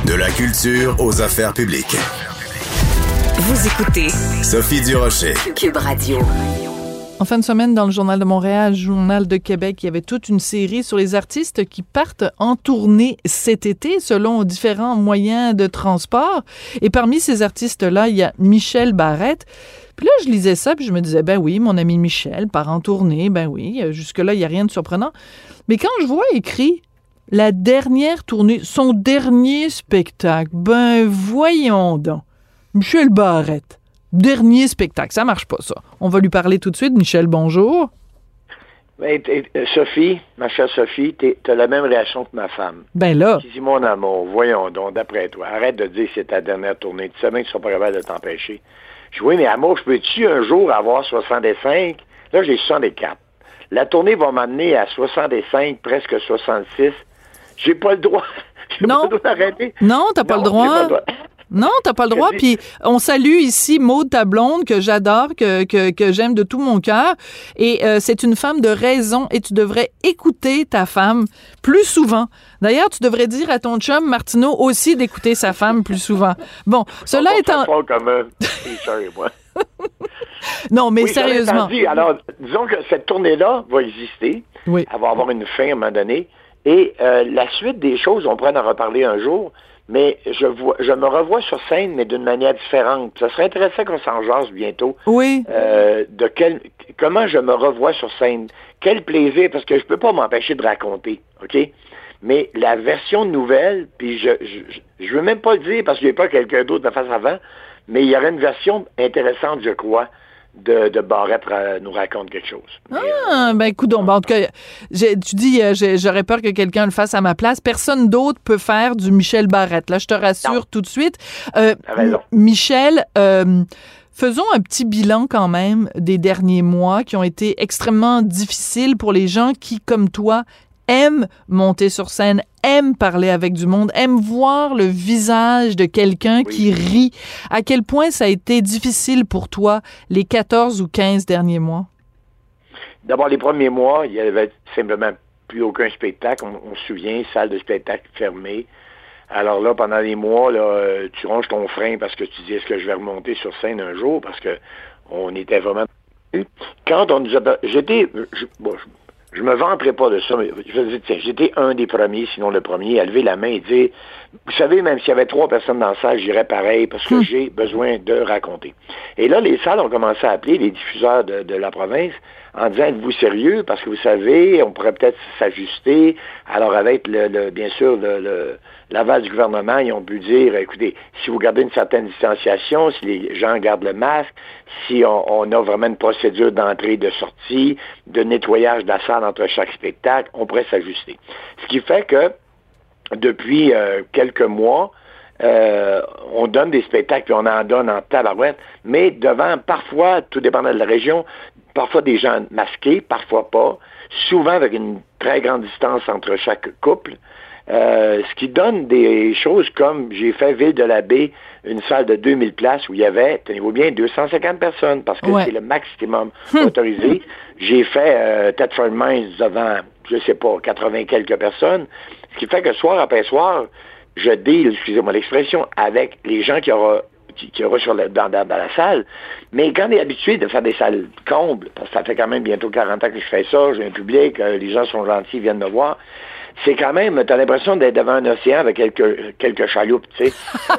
De la culture aux affaires publiques. Vous écoutez Sophie Durocher. Cube Radio. En fin de semaine, dans le Journal de Montréal, Journal de Québec, il y avait toute une série sur les artistes qui partent en tournée cet été selon différents moyens de transport. Et parmi ces artistes-là, il y a Michel Barrette. Puis là, je lisais ça, puis je me disais, ben oui, mon ami Michel part en tournée, ben oui, jusque-là, il n'y a rien de surprenant. Mais quand je vois écrit la dernière tournée, son dernier spectacle, ben voyons donc, Michel Barrette, dernier spectacle, ça marche pas ça. On va lui parler tout de suite. Michel, bonjour. Ben, Sophie, ma chère Sophie, t'as la même réaction que ma femme. Ben là. Qui dit, mon amour, voyons donc, d'après toi, arrête de dire que c'est ta dernière tournée. Tu sais bien qu'ils sont pas capables de t'empêcher. Je dis, oui, mais amour, je peux-tu un jour avoir 65? Là, j'ai 64. La tournée va m'amener à 65, presque 66. J'ai pas le droit. J'ai Non. pas le droit d'arrêter. Non, t'as pas le droit. J'ai pas le droit. Non, t'as pas le droit. Puis on salue ici Maude, ta blonde, que j'adore, que j'aime de tout mon cœur. Et c'est une femme de raison et tu devrais écouter ta femme plus souvent. D'ailleurs, tu devrais dire à ton chum Martineau aussi d'écouter sa femme plus souvent. Bon, cela étant... Pas comme Richard et moi. Non, mais oui, sérieusement. Alors, disons que cette tournée-là va exister. Oui. Elle va avoir une fin à un moment donné. Et la suite des choses, on pourrait en reparler un jour, mais je me revois sur scène, mais d'une manière différente. Ça serait intéressant qu'on s'en jase bientôt. Oui. Comment je me revois sur scène. Quel plaisir, parce que je peux pas m'empêcher de raconter, OK? Mais la version nouvelle, puis je veux même pas le dire parce qu'il n'y a pas quelqu'un d'autre de face avant, mais il y aurait une version intéressante, je crois, de Barrette nous raconte quelque chose. Ben écoute, en tout cas, tu dis, j'aurais peur que quelqu'un le fasse à ma place. Personne d'autre peut faire du Michel Barrette. Là, je te rassure tout de suite. Michel, faisons un petit bilan quand même des derniers mois qui ont été extrêmement difficiles pour les gens qui, comme toi, aiment monter sur scène, aiment parler avec du monde, aiment voir le visage de quelqu'un qui rit. À quel point ça a été difficile pour toi les 14 ou 15 derniers mois? D'abord, les premiers mois, il y avait simplement plus aucun spectacle. On se souvient, salle de spectacle fermée. Alors là, pendant les mois, là, tu ronges ton frein parce que tu dis, est-ce que je vais remonter sur scène un jour? Parce que on était vraiment... Quand on nous a... Je me vanterai pas de ça, mais je veux dire, tiens, j'étais un des premiers, sinon le premier, à lever la main et dire, vous savez, même s'il y avait 3 personnes dans la salle, j'irais pareil parce que j'ai besoin de raconter. Et là, les salles ont commencé à appeler les diffuseurs de la province en disant, êtes-vous sérieux? Parce que vous savez, on pourrait peut-être s'ajuster. Alors, avec bien sûr, l'aval du gouvernement, ils ont pu dire, écoutez, si vous gardez une certaine distanciation, si les gens gardent le masque, si on a vraiment une procédure d'entrée et de sortie, de nettoyage de la salle entre chaque spectacle, on pourrait s'ajuster. Ce qui fait que, depuis quelques mois, on donne des spectacles, puis on en donne en tabarouette, mais devant, parfois, tout dépendant de la région, parfois des gens masqués, parfois pas, souvent avec une très grande distance entre chaque couple, ce qui donne des choses comme, j'ai fait Ville-de-la-Baie, une salle de 2000 places où il y avait, tenez-vous bien, 250 personnes, parce que c'est le maximum autorisé. J'ai fait Thetford Mines devant, je sais pas, 80 quelques personnes, ce qui fait que soir après soir, je deal, excusez-moi l'expression, avec les gens qui aura dans la salle. Mais quand on est habitué de faire des salles combles, parce que ça fait quand même bientôt 40 ans que je fais ça, j'ai un public, les gens sont gentils, ils viennent me voir, c'est quand même, t'as l'impression d'être devant un océan avec quelques chaloupes, tu sais.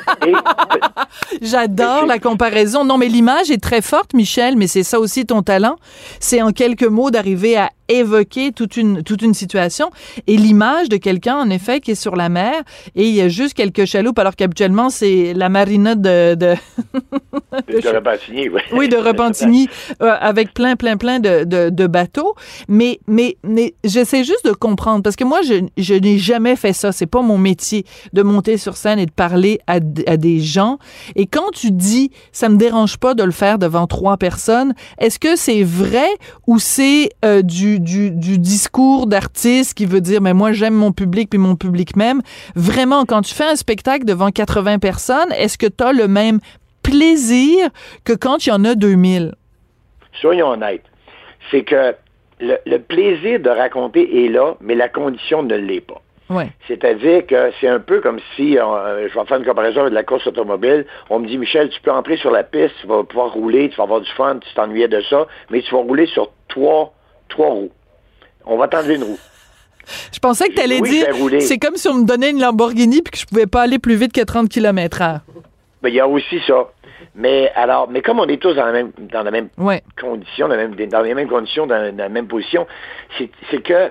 J'adore la comparaison. Non, mais l'image est très forte, Michel, mais c'est ça aussi ton talent. C'est en quelques mots d'arriver à évoquer toute une situation. Et l'image de quelqu'un, en effet, qui est sur la mer et il y a juste quelques chaloupes, alors qu'habituellement, c'est la marina de Repentigny, oui. Oui, de Repentigny, avec plein de bateaux. Mais j'essaie juste de comprendre, parce que moi, je n'ai jamais fait ça. C'est pas mon métier de monter sur scène et de parler à des gens. Et quand tu dis, ça me dérange pas de le faire devant 3 personnes, est-ce que c'est vrai ou c'est du discours d'artiste qui veut dire, mais moi, j'aime mon public puis mon public m'aime? Vraiment, quand tu fais un spectacle devant 80 personnes, est-ce que tu as le même plaisir que quand il y en a 2000? Soyons honnêtes. C'est que le plaisir de raconter est là, mais la condition ne l'est pas. Ouais. C'est-à-dire que c'est un peu comme si, je vais faire une comparaison avec la course automobile, on me dit, Michel, tu peux entrer sur la piste, tu vas pouvoir rouler, tu vas avoir du fun, tu t'ennuyais de ça, mais tu vas rouler sur trois roues. On va t'enlever une roue. Je pensais que tu allais dire, c'est comme si on me donnait une Lamborghini puis que je pouvais pas aller plus vite que 30 km/h. Ben, il y a aussi ça. Mais comme on est tous dans la même condition, dans les mêmes conditions, dans la même position, c'est que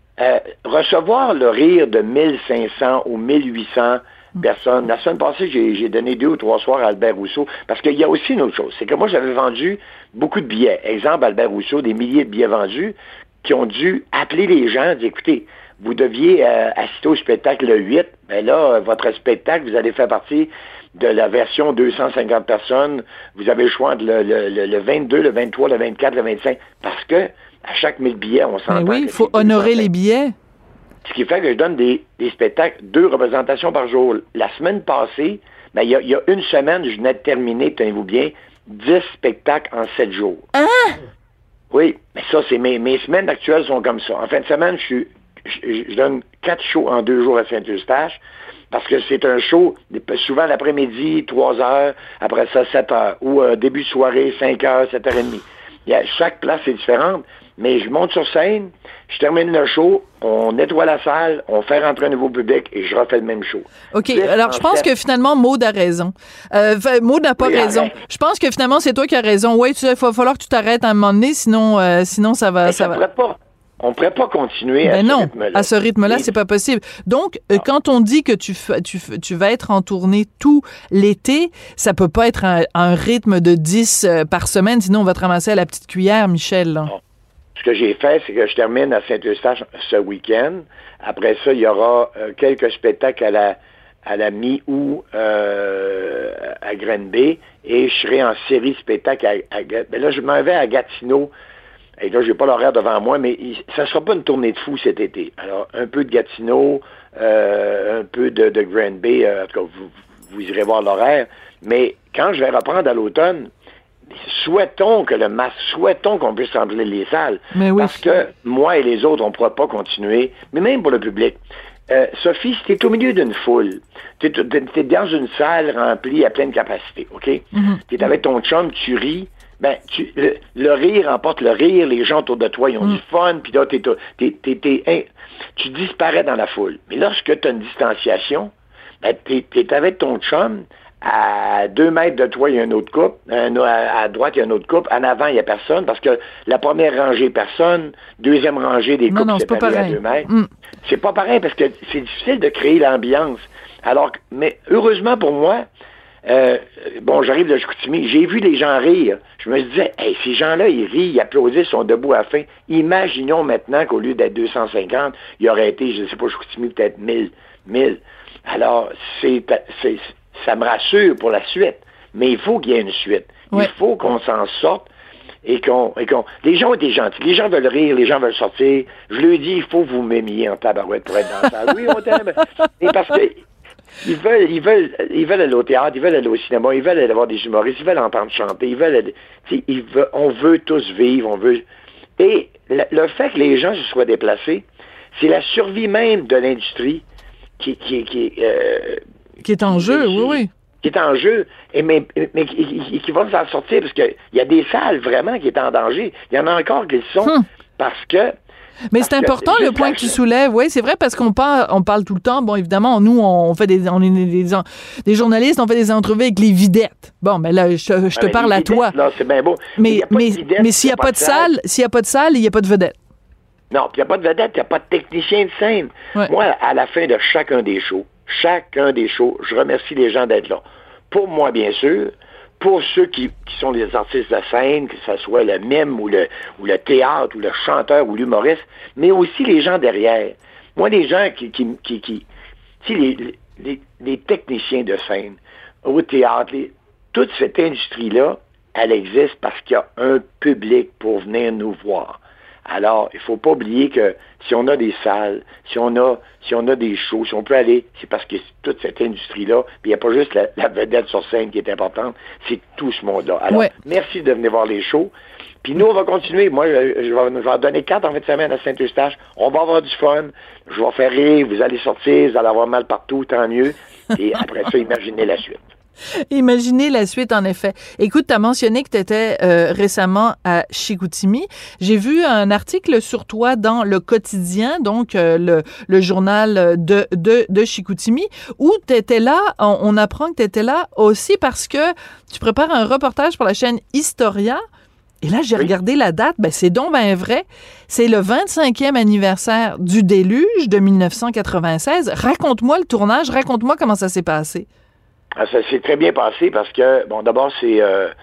recevoir le rire de 1500 ou 1800 personnes. La semaine passée, j'ai donné 2 ou 3 soirs à Albert Rousseau, parce qu'il y a aussi une autre chose. C'est que moi, j'avais vendu beaucoup de billets. Exemple, Albert Rousseau, des milliers de billets vendus, qui ont dû appeler les gens, dire, écoutez, vous deviez assister au spectacle le 8, ben là, votre spectacle, vous allez faire partie de la version 250 personnes. Vous avez le choix entre le 22, le 23, le 24, le 25, parce que à chaque 1000 billets, on s'entend. Oui, il faut honorer les billets. Ce qui fait que je donne des spectacles, 2 représentations par jour. La semaine passée, ben, il y a une semaine, je venais de terminer, tenez-vous bien, 10 spectacles en 7 jours. Hein? Oui, mais ça, c'est mes semaines actuelles sont comme ça. En fin de semaine, je donne 4 shows en 2 jours à Saint-Eustache, parce que c'est un show, souvent l'après-midi, 3 heures, après ça, 7 heures, ou début de soirée, 5 heures, 7h30. Chaque place est différente, mais je monte sur scène, je termine le show, on nettoie la salle, on fait rentrer un nouveau public et je refais le même show. OK, alors je pense que finalement, Maud a raison. Maud n'a pas raison. Arrête. Je pense que finalement, c'est toi qui as raison. Oui, il va falloir que tu t'arrêtes à un moment donné, sinon ça va... On ne pourrait pas continuer à ce rythme-là. À ce rythme-là, c'est pas possible. Donc, quand on dit que tu vas être en tournée tout l'été, ça peut pas être un rythme de 10 par semaine, sinon on va te ramasser à la petite cuillère, Michel. Non. Ce que j'ai fait, c'est que je termine à Saint-Eustache ce week-end. Après ça, il y aura quelques spectacles à la mi-août à Granby, et je serai en série spectacle ben là, je m'en vais à Gatineau. Et là, j'ai pas l'horaire devant moi, mais ça sera pas une tournée de fou cet été. Alors, un peu de Gatineau, un peu de Granby, en tout cas, vous irez voir l'horaire. Mais quand je vais reprendre à l'automne, souhaitons qu'on puisse remplir les salles. Mais oui. Parce que moi et les autres, on ne pourra pas continuer, mais même pour le public. Sophie, si t'es au milieu d'une foule, t'es dans une salle remplie à pleine capacité, OK? Mm-hmm. T'es avec ton chum, tu ris, ben, le rire emporte le rire, les gens autour de toi, ils ont du fun, puis là, tu disparais dans la foule. Mais lorsque tu as une distanciation, ben, t'es avec ton chum, à 2 mètres de toi, il y a un autre couple, à droite, il y a un autre couple, en avant, il n'y a personne, parce que la première rangée, personne, deuxième rangée des couples, c'est pas à 2 mètres. C'est pas pareil, parce que c'est difficile de créer l'ambiance. Mais heureusement pour moi, j'arrive de Chicoutimi, j'ai vu les gens rire. Je me disais, hey, ces gens-là, ils rient, ils applaudissent, ils sont debout à la fin. Imaginons maintenant qu'au lieu d'être 250, il y aurait été, je ne sais pas, Chicoutimi, peut-être 1000. Alors, ça me rassure pour la suite. Mais il faut qu'il y ait une suite. Ouais. Il faut qu'on s'en sorte et qu'on... Les gens ont été gentils. Les gens veulent rire, les gens veulent sortir. Je leur dis, il faut vous m'aimer en tabarouette pour être dans la salle. Oui, on t'aime. Et parce que ils veulent aller au théâtre, ils veulent aller au cinéma, ils veulent aller voir des humoristes, ils veulent entendre chanter, on veut tous vivre, Et le fait que les gens se soient déplacés, c'est la survie même de l'industrie qui est en jeu, oui. Qui est en jeu, mais qui va s'en sortir, parce qu'il y a des salles vraiment qui sont en danger. Il y en a encore qui le sont, parce que... Mais c'est important le point que tu soulèves. Oui, c'est vrai, parce qu'on parle tout le temps. Bon, évidemment, nous, on est des journalistes, on fait des entrevues avec les videttes. Bon, mais là, je te parle à toi. Là, c'est bien beau. Mais s'il n'y a pas de salle, il n'y a pas de vedette. Non, puis il n'y a pas de vedette, il n'y a pas de technicien de scène. Ouais. Moi, à la fin de chacun des shows, je remercie les gens d'être là. Pour moi, bien sûr. Pour ceux qui sont les artistes de scène, que ce soit le mime ou le théâtre ou le chanteur ou l'humoriste, mais aussi les gens derrière. Moi, les gens les techniciens de scène, au théâtre, toute cette industrie-là, elle existe parce qu'il y a un public pour venir nous voir. Alors, il faut pas oublier que si on a des salles, si on a des shows, si on peut aller, c'est parce que toute cette industrie-là, puis il n'y a pas juste la vedette sur scène qui est importante, c'est tout ce monde-là. Alors, merci de venir voir les shows. Puis nous, on va continuer. Moi, je vais en donner 4 en fin de semaine à Saint-Eustache. On va avoir du fun. Je vais faire rire. Vous allez sortir. Vous allez avoir mal partout. Tant mieux. Et après ça, imaginez la suite. Imaginez la suite, en effet. Écoute, tu as mentionné que tu étais récemment à Chicoutimi. J'ai vu un article sur toi dans Le Quotidien, donc le journal de Chicoutimi, où tu étais là, on apprend que tu étais là aussi parce que tu prépares un reportage pour la chaîne Historia. Et là, j'ai regardé la date, c'est donc ben vrai. C'est le 25e anniversaire du déluge de 1996. Raconte-moi le tournage, raconte-moi comment ça s'est passé. Ah, ça s'est très bien passé parce que, bon, d'abord, c'est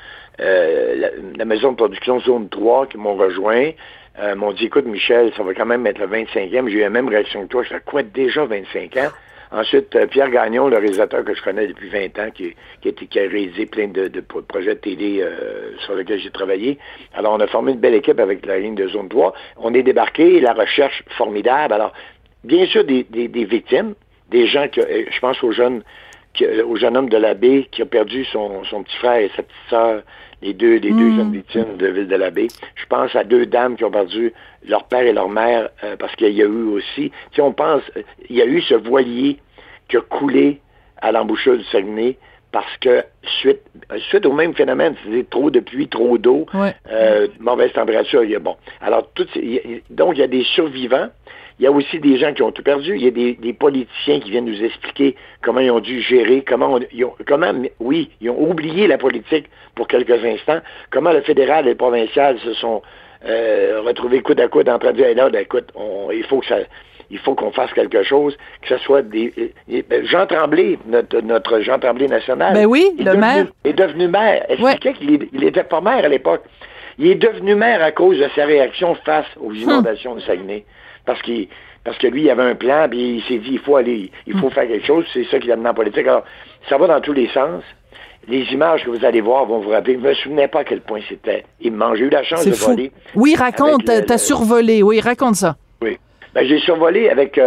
la maison de production Zone 3 qui m'ont rejoint. M'ont dit, écoute, Michel, ça va quand même être le 25e. J'ai eu la même réaction que toi. Je fais, quoi, déjà 25 ans? Ensuite, Pierre Gagnon, le réalisateur que je connais depuis 20 ans, qui a réalisé plein de projets de télé sur lesquels j'ai travaillé. Alors, on a formé une belle équipe avec la ligne de Zone 3. On est débarqué, la recherche formidable. Alors, bien sûr, des victimes, des gens que, je pense au jeune homme de la Baie qui a perdu son petit frère et sa petite sœur, les deux jeunes victimes de Ville de la Baie. Je pense à 2 dames qui ont perdu leur père et leur mère parce qu'il y a eu aussi, si on pense, il y a eu ce voilier qui a coulé à l'embouchure du Saguenay parce que suite au même phénomène, c'est-à-dire trop de pluie, trop d'eau, mauvaise température, bon. Alors, donc, il y a des survivants. Il y a aussi des gens qui ont tout perdu. Il y a des politiciens qui viennent nous expliquer comment ils ont dû gérer, ils ont oublié la politique pour quelques instants, comment le fédéral et le provincial se sont retrouvés coude à coude en train de dire, hey, là, écoute, il faut qu'on fasse quelque chose, que ce soit Jean Tremblay, notre Jean Tremblay national, le maire, est devenu maire. Expliquait qu'il n'était pas maire à l'époque. Il est devenu maire à cause de sa réaction face aux inondations de Saguenay. Parce que lui, il avait un plan, puis il s'est dit, il faut faire quelque chose, c'est ça qu'il a amené en politique. Alors, ça va dans tous les sens. Les images que vous allez voir vont vous rappeler. Je me souvenais pas à quel point c'était immense. J'ai eu la chance de voler. Oui, raconte, t'as survolé. Oui, raconte ça. Oui. J'ai survolé avec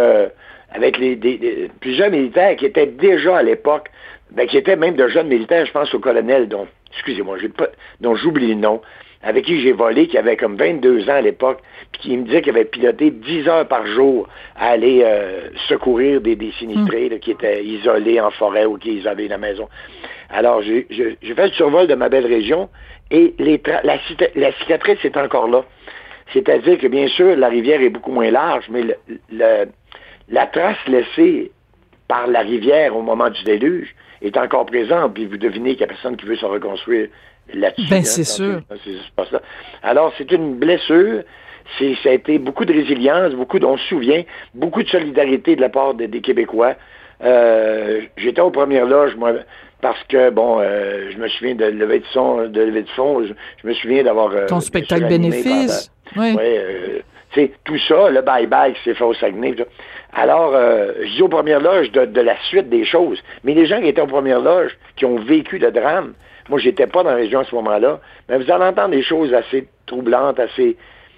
plusieurs militaires qui étaient déjà à l'époque, qui étaient même de jeunes militaires, je pense au colonel dont j'oublie le nom, avec qui j'ai volé, qui avait comme 22 ans à l'époque, puis qui me disait qu'il avait piloté 10 heures par jour à aller secourir des sinistrés qui étaient isolés en forêt ou qui avaient la maison. Alors, j'ai fait le survol de ma belle région et la cicatrice est encore là. C'est-à-dire que, bien sûr, la rivière est beaucoup moins large, mais la trace laissée par la rivière au moment du déluge est encore présente, puis vous devinez qu'il n'y a personne qui veut se reconstruire là-dessus. C'est sûr. Alors, c'est une blessure. Ça a été beaucoup de résilience, on se souvient, beaucoup de solidarité de la part des Québécois. J'étais aux premières loges, moi, parce que, je me souviens de lever de fonds, je me souviens d'avoir... Ton spectacle bénéfice. Oui. Tout ça, le bye-bye qui s'est fait au Saguenay. Alors, je dis aux premières loges de la suite des choses. Mais les gens qui étaient aux premières loges, qui ont vécu le drame, moi, j'étais pas dans la région à ce moment-là, mais vous allez entendre des choses assez troublantes, assez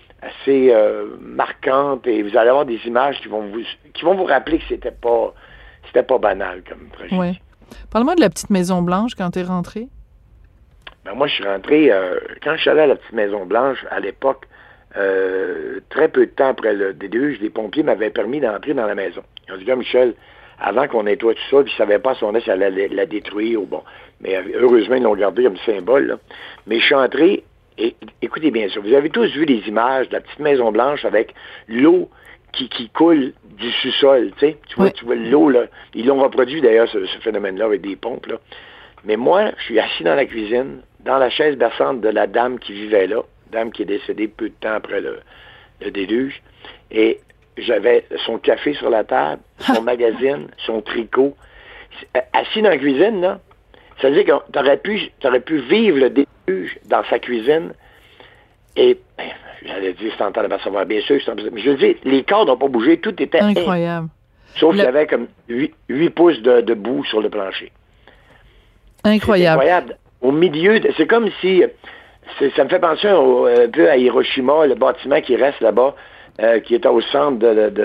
marquantes, et vous allez avoir des images qui vont vous rappeler que c'était pas banal comme tragédie. Oui. Parle-moi de la petite Maison-Blanche quand tu es rentré. Moi, je suis rentré, quand je suis allé à la petite Maison-Blanche, à l'époque, très peu de temps après le déluge, les pompiers m'avaient permis d'entrer dans la maison. Ils ont dit, Michel, avant qu'on nettoie tout ça, puis ils ne savaient pas si on allait la détruire ou bon. Mais heureusement, ils l'ont gardé comme symbole, là. Mais je suis entré, et écoutez bien ça, vous avez tous vu les images de la petite Maison-Blanche avec l'eau qui coule du sous-sol, tu sais. Tu vois l'eau, là. Ils l'ont reproduit, d'ailleurs, ce phénomène-là, avec des pompes, là. Mais moi, je suis assis dans la cuisine, dans la chaise berçante de la dame qui vivait là, dame qui est décédée peu de temps après le déluge, et j'avais son café sur la table, son magazine, son tricot. Assis dans la cuisine, là, ça veut dire que t'aurais pu vivre le déluge dans sa cuisine, et j'allais dire, c'est en train de percevoir, bien sûr, mais je veux dire, les corps n'ont pas bougé, tout était incroyable. Sauf qu'il y avait comme 8 pouces de boue sur le plancher. Incroyable. C'est incroyable. Au milieu, c'est comme si Ça me fait penser un peu à Hiroshima, le bâtiment qui reste là-bas, qui est au centre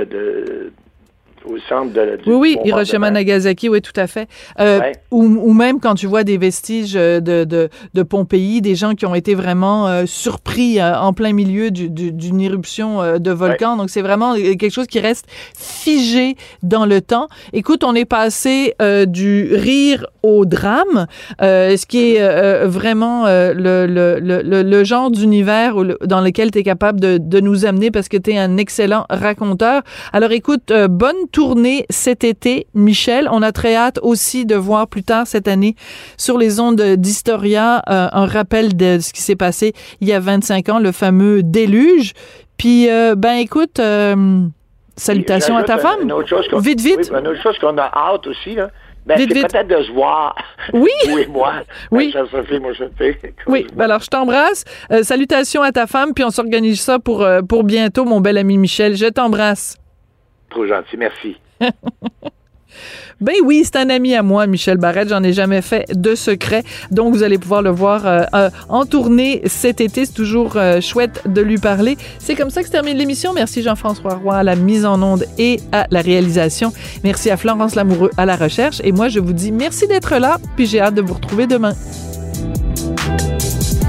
Oui, Hiroshima, Nagasaki, oui, tout à fait. Ou même quand tu vois des vestiges de Pompéi, des gens qui ont été vraiment surpris en plein milieu d'une éruption de volcan. Donc, c'est vraiment quelque chose qui reste figé dans le temps. Écoute, on est passé du rire au drame, ce qui est vraiment le genre d'univers dans lequel tu es capable de nous amener parce que tu es un excellent raconteur. Alors, écoute, bonne tournée cet été, Michel. On a très hâte aussi de voir plus tard cette année sur les ondes d'Historia un rappel de ce qui s'est passé il y a 25 ans, le fameux déluge. Puis, écoute, salutations à ta femme. Vite. Oui, une autre chose qu'on a hâte aussi, là. C'est peut-être de se voir. Oui. Vous et moi. Oui. Sophie, moi, je fais. Oui. Alors, je t'embrasse. Salutations à ta femme, puis on s'organise ça pour bientôt, mon bel ami Michel. Je t'embrasse. Trop gentil, merci. Ben oui, c'est un ami à moi, Michel Barrette. J'en ai jamais fait de secret. Donc, vous allez pouvoir le voir en tournée cet été. C'est toujours chouette de lui parler. C'est comme ça que se termine l'émission. Merci Jean-François Roy à la mise en onde et à la réalisation. Merci à Florence Lamoureux à la recherche. Et moi, je vous dis merci d'être là. Puis j'ai hâte de vous retrouver demain.